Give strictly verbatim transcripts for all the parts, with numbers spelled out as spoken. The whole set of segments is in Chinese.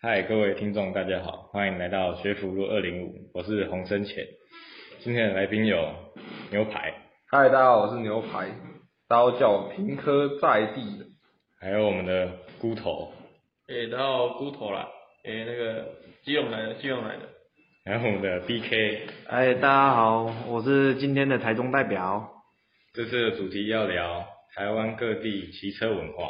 嗨，各位听众，大家好，欢迎来到学府路二零五，我是洪生前。今天的来宾有牛排， 嗨，大家好，我是牛排，大家都叫我平科在地的， 还有我们的菇头， 诶、欸，然后菇头啦，诶、欸，那个基隆来的，基隆来的， 还有我们的 B K。 哎，大家好，我是今天的台中代表。 这次的主题要聊台湾各地骑车文化。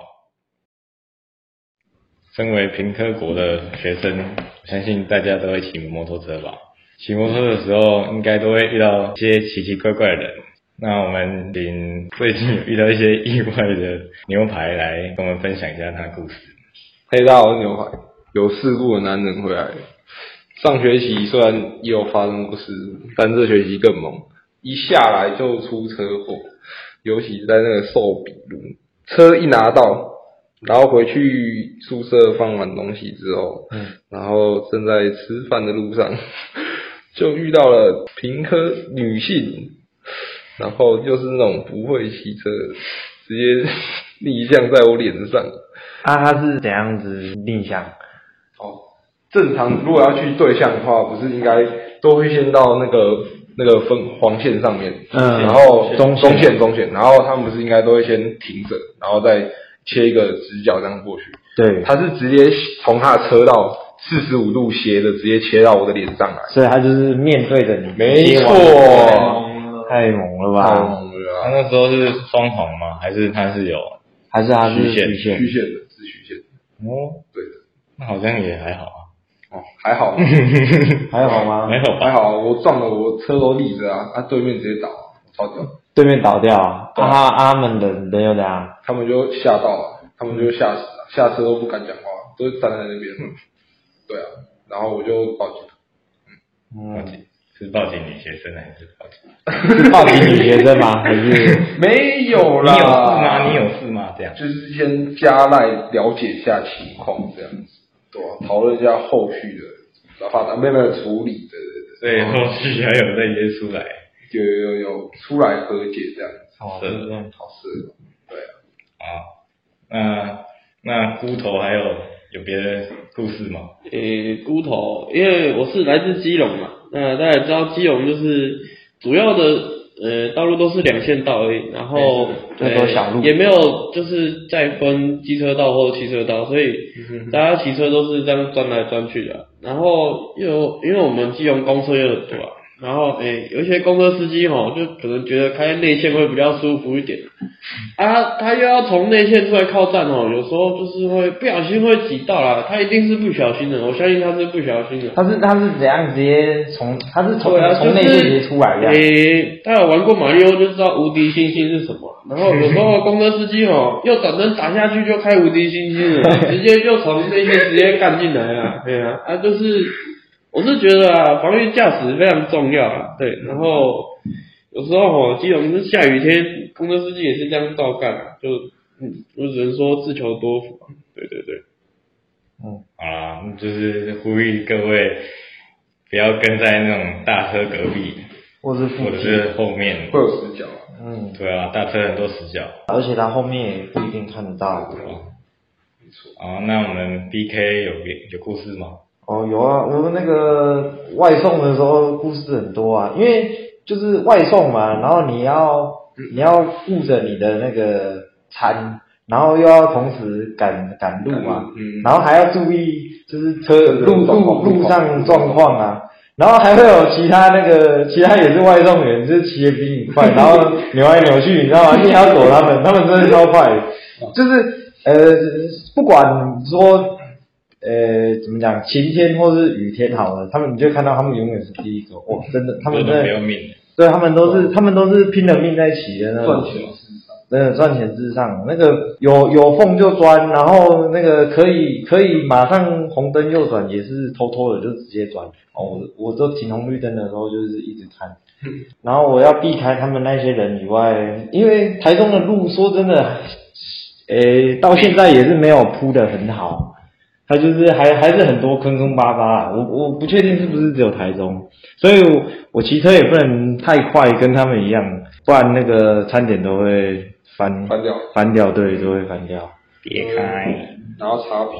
身为屏科国的学生，我相信大家都会骑摩托车吧？骑摩托车的时候，应该都会遇到一些奇奇怪怪的人。那我们请最近有遇到一些意外的牛排来跟我们分享一下他的故事。 嘿，大家好，我是牛排，有事故的男人回来了。上学期虽然也有发生过事故，但这学期更猛，一下来就出车祸，尤其是在那个寿比路，车一拿到。然后回去宿舍放完东西之后，嗯，然后正在吃饭的路上，就遇到了屏科女性，然后就是那种不会骑车，直接逆向在我脸上。 啊，他是怎样子逆向？ 哦，正常如果要去对向的话，不是应该都会先到那个那个分黄线上面，嗯，然后中中线中线，然后他们不是应该都会先停着，然后再切一个直角这样过去， 对， 他是直接从他的车道四十五度斜的直接切到我的脸上来， 所以他就是面对着你， 没错， 太猛了吧， 太猛了啊！ 他那时候是双黄吗？还是他是有？ 还是他是虚线？ 虚线的，是虚线。 哦， 对的， 那好像也还好啊。 哦，还好， 还好吗？ 还好吧， 还好，我撞了，我车都立着啊，啊，对面直接倒，超屌。 对面倒掉啊！啊，他们的人又怎样？ 他们就吓到了，他们就吓死了，下车都不敢讲话，都站在那边。嗯、对啊，然后我就报警。 嗯，报警是报警女学生还是报警？ 是报警女学生吗？还是没有啦？ 你有事吗？你有事吗？这样就是先加赖了解一下情况，这样子，对啊，讨论一下后续的发展，没有没有处理的， 对对，后续还有再约出来。 有有有有出来和解这样子， 好是这样，好事，对啊。 啊，那那菇头还有有别的故事吗？ 诶、欸，菇头，因为我是来自基隆嘛，那大家也知道基隆就是主要的呃道路都是两线道而已，然后很多小路也没有就是再分机车道或汽车道，所以大家骑车都是这样钻来钻去的。然后又因为我们基隆公车又很多啊。然后诶，有一些公车司机吼，就可能觉得开内线会比较舒服一点，啊，他又要从内线出来靠站哦，有时候就是会不小心会挤到啦，他一定是不小心的，我相信他是不小心的。 他是他是怎样直接从他是从从内线直接出来的？ 诶，他有玩过马里奥就知道无敌星星是什么。然后有时候公车司机吼，右转灯打下去就开无敌星星了，直接就从内线直接干进来了，对啊，啊就是。我是觉得啊，防御驾驶非常重要啊，对。然后有时候吼，基隆是下雨天，公车司机也是这样照干啊，就嗯，我只能说自求多福啊，对对对。 嗯，好啦，就是呼吁各位不要跟在那种大车隔壁， 或是或者是后面会有死角啊。 嗯，对啊，大车很多死角， 而且他后面也不一定看得到。 对吧？没错。啊，那我们 B K 有有故事吗？ 哦，有啊，我们那个外送的时候故事很多啊，因为就是外送嘛，然后你要你要顾着你的那个餐，然后又要同时赶赶路嘛，嗯，然后还要注意就是车路路路上状况啊，然后还会有其他那个其他也是外送员，就是骑得比你快，然后扭来扭去，你知道吗？你还要躲他们，他们真的超快，就是呃不管说。呃，怎么讲？晴天或是雨天好了，他们你就看到他们永远是第一个。哇，真的，他们真的没有命。 对，他们都是他们都是拼了命在骑的那种。 赚钱至上。 真的赚钱至上，那个有有缝就钻，然后那个可以可以马上红灯右转，也是偷偷的就直接转。哦，我我都停红绿灯的时候就是一直看，然后我要避开他们那些人以外，因为台中的路说真的，呃，到现在也是没有铺得很好。它就是还还是很多坑坑巴巴，我我不确定是不是只有台中，所以我我骑车也不能太快，跟他们一样，不然那个餐点都会翻翻掉， 翻掉，对，都会翻掉。 别开， 然后擦皮，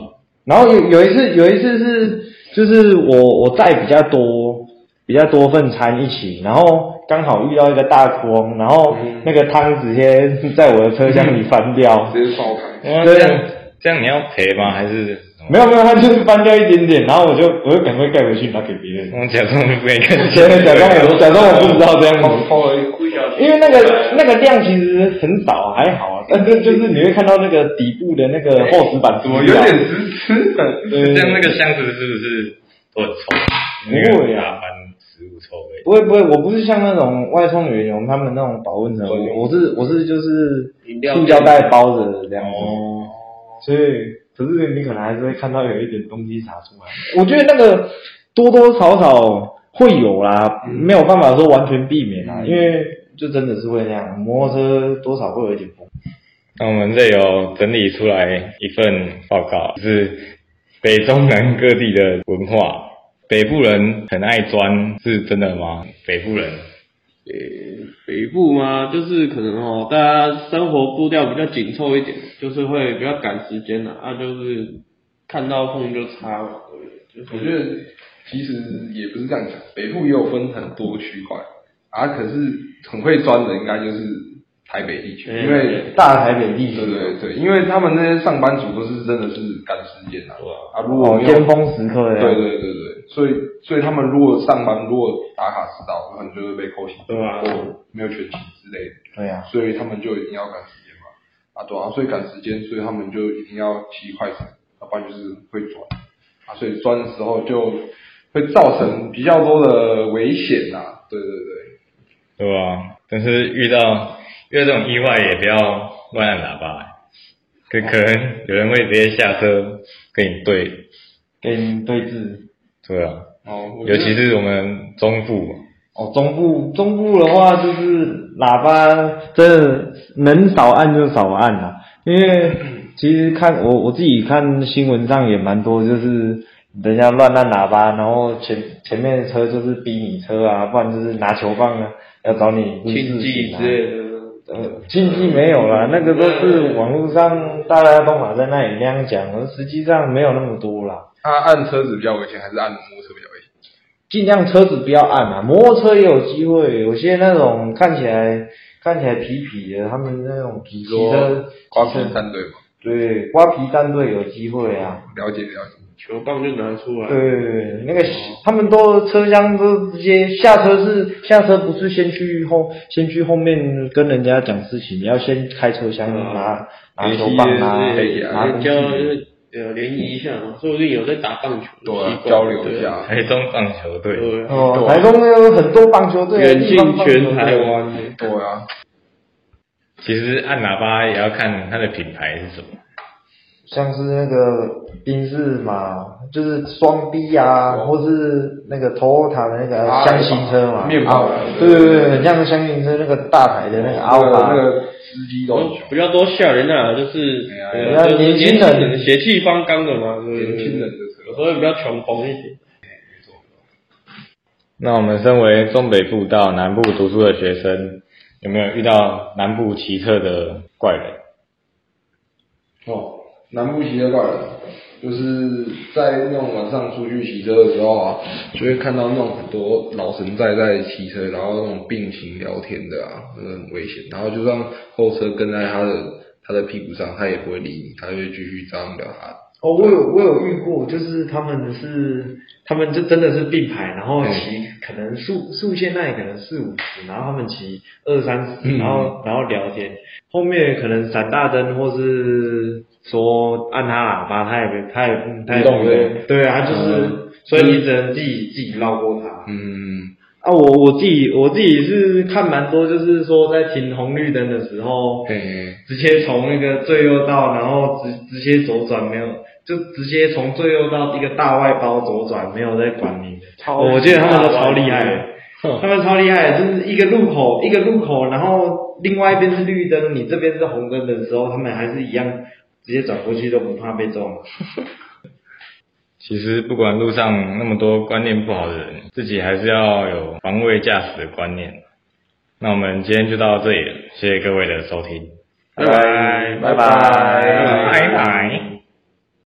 然后有有一次有一次是就是我我载比较多比较多份餐一起，然后刚好遇到一个大风，然后那个汤直接在我的车厢里翻掉， 直接爆开。 哇，这样这样你要赔吗？还是没有没有，它就是翻掉一点点，然后我就我就赶快盖回去拿给别人。 我假装没看见， 假装我假装我不知道这样子。 偷了一因为那个那个量其实很少，还好啊，但是就是你会看到那个底部的那个厚纸板， 怎么有点湿湿的？ 这样那个箱子是不是都很臭？ 不会啊， 打翻食物臭味。 不会不会，我不是像那种外送员用他们那种保温层，我我是我是就是塑胶袋包着这样子， 哦， 所以可是你可能还是会看到有一点东西洒出来。我觉得那个多多少少会有啦，没有办法说完全避免啦，因为就真的是会那样，摩托车多少会有一点风。 那我们这有整理出来一份报告，是北中南各地的文化。北部人很爱钻，是真的吗？北部人， 北北部嘛，就是可能哦，大家生活步调比较紧凑一点，就是会比较赶时间啦，啊，就是看到风就擦嘛，对不对？就是、 我觉得其实也不是这样讲，北部也有分很多区块啊，可是很会钻的应该就是台北地区， 嗯、 因为大台北地区， 对对对，因为他们那些上班族都是真的是赶时间啊，啊，如果哦尖峰时刻的， 对对对对，所以所以他们如果上班如果打卡迟到，可能就会被扣薪， 对啊， 或没有全勤之类的， 对啊， 所以他们就一定要赶时间嘛，啊对啊，所以赶时间，所以他们就一定要骑快车，要不然就是会钻，啊，所以钻的时候就会造成比较多的危险啊，对对对， 对吧？但是遇到遇到这种意外也不要乱按喇叭，可可能有人会直接下车跟你对， 跟你对峙。 对啊， 哦， 尤其是我们中部， 哦，中部中部的话就是喇叭真的能少按就少按啦，因为其实看我我自己看新闻上也蛮多，就是人家乱按喇叭，然后前前面的车就是逼你车啊，不然就是拿球棒啊要找你禁忌之类的。 呃，禁忌没有啦，那个都是网络上大家都嘛在那里那样讲，而实际上没有那么多啦。 他按车子比较危险，还是按摩托车比较危险？ 尽量车子不要按啊，摩托车也有机会，有些那种看起来看起来痞痞的，他们那种骑车刮皮战队嘛， 对，刮皮战队有机会啊。 了解了解。 球棒就拿出来。 对对对，那个他们都车厢都直接下车是下车不是先去后先去后面跟人家讲事情，你要先开车厢拿拿球棒拿拿工具。 呃，联谊一下嘛，说不定有在打棒球， 对啊，交流一下。 台中棒球队， 对哦，台中有很多棒球队， 远近全台湾。 对啊， 其实按喇叭也要看它的品牌是什么。 像是那个宾士嘛，就是双 B 啊，或是那个 Toyota 的那个箱型车嘛， 面包， 对对对，很像箱型车那个大台的那个阿尔法， 那个司机都比较多吓人啊，就是比较年轻人血气方刚的嘛， 年轻人的车， 有时候比较穷疯一点。 那我们身为中北部到南部读书的学生，有没有遇到南部骑车的怪人？ 哦。南部骑车怪人，就是在那种晚上出去骑车的时候啊，就会看到那种很多老神在在骑车，然后那种并行聊天的啊，那个很危险。然后就算后车跟在他的他的屁股上，他也不会理你，他就会继续这样聊他。 哦，我有我有遇过，就是他们是他们就真的是并排，然后骑可能速速限那里可能四五十，然后他们骑二三十，然后然后聊天，后面可能闪大灯或是说按他喇叭，他也没他也他也不会，对啊，他就是，所以你只能自己自己绕过他。 嗯。 啊，我我自己我自己是看蛮多，就是说在停红绿灯的时候，直接从那个最右道，然后直直接左转，没有就直接从最右道一个大外包左转，没有在管你的。我觉得他们都超厉害的，他们超厉害的，就是一个路口一个路口，然后另外一边是绿灯，你这边是红灯的时候，他们还是一样直接转过去都不怕被撞。 其实不管路上那么多观念不好的人，自己还是要有防卫驾驶的观念。那我们今天就到这里了，谢谢各位的收听， 拜拜拜拜拜拜。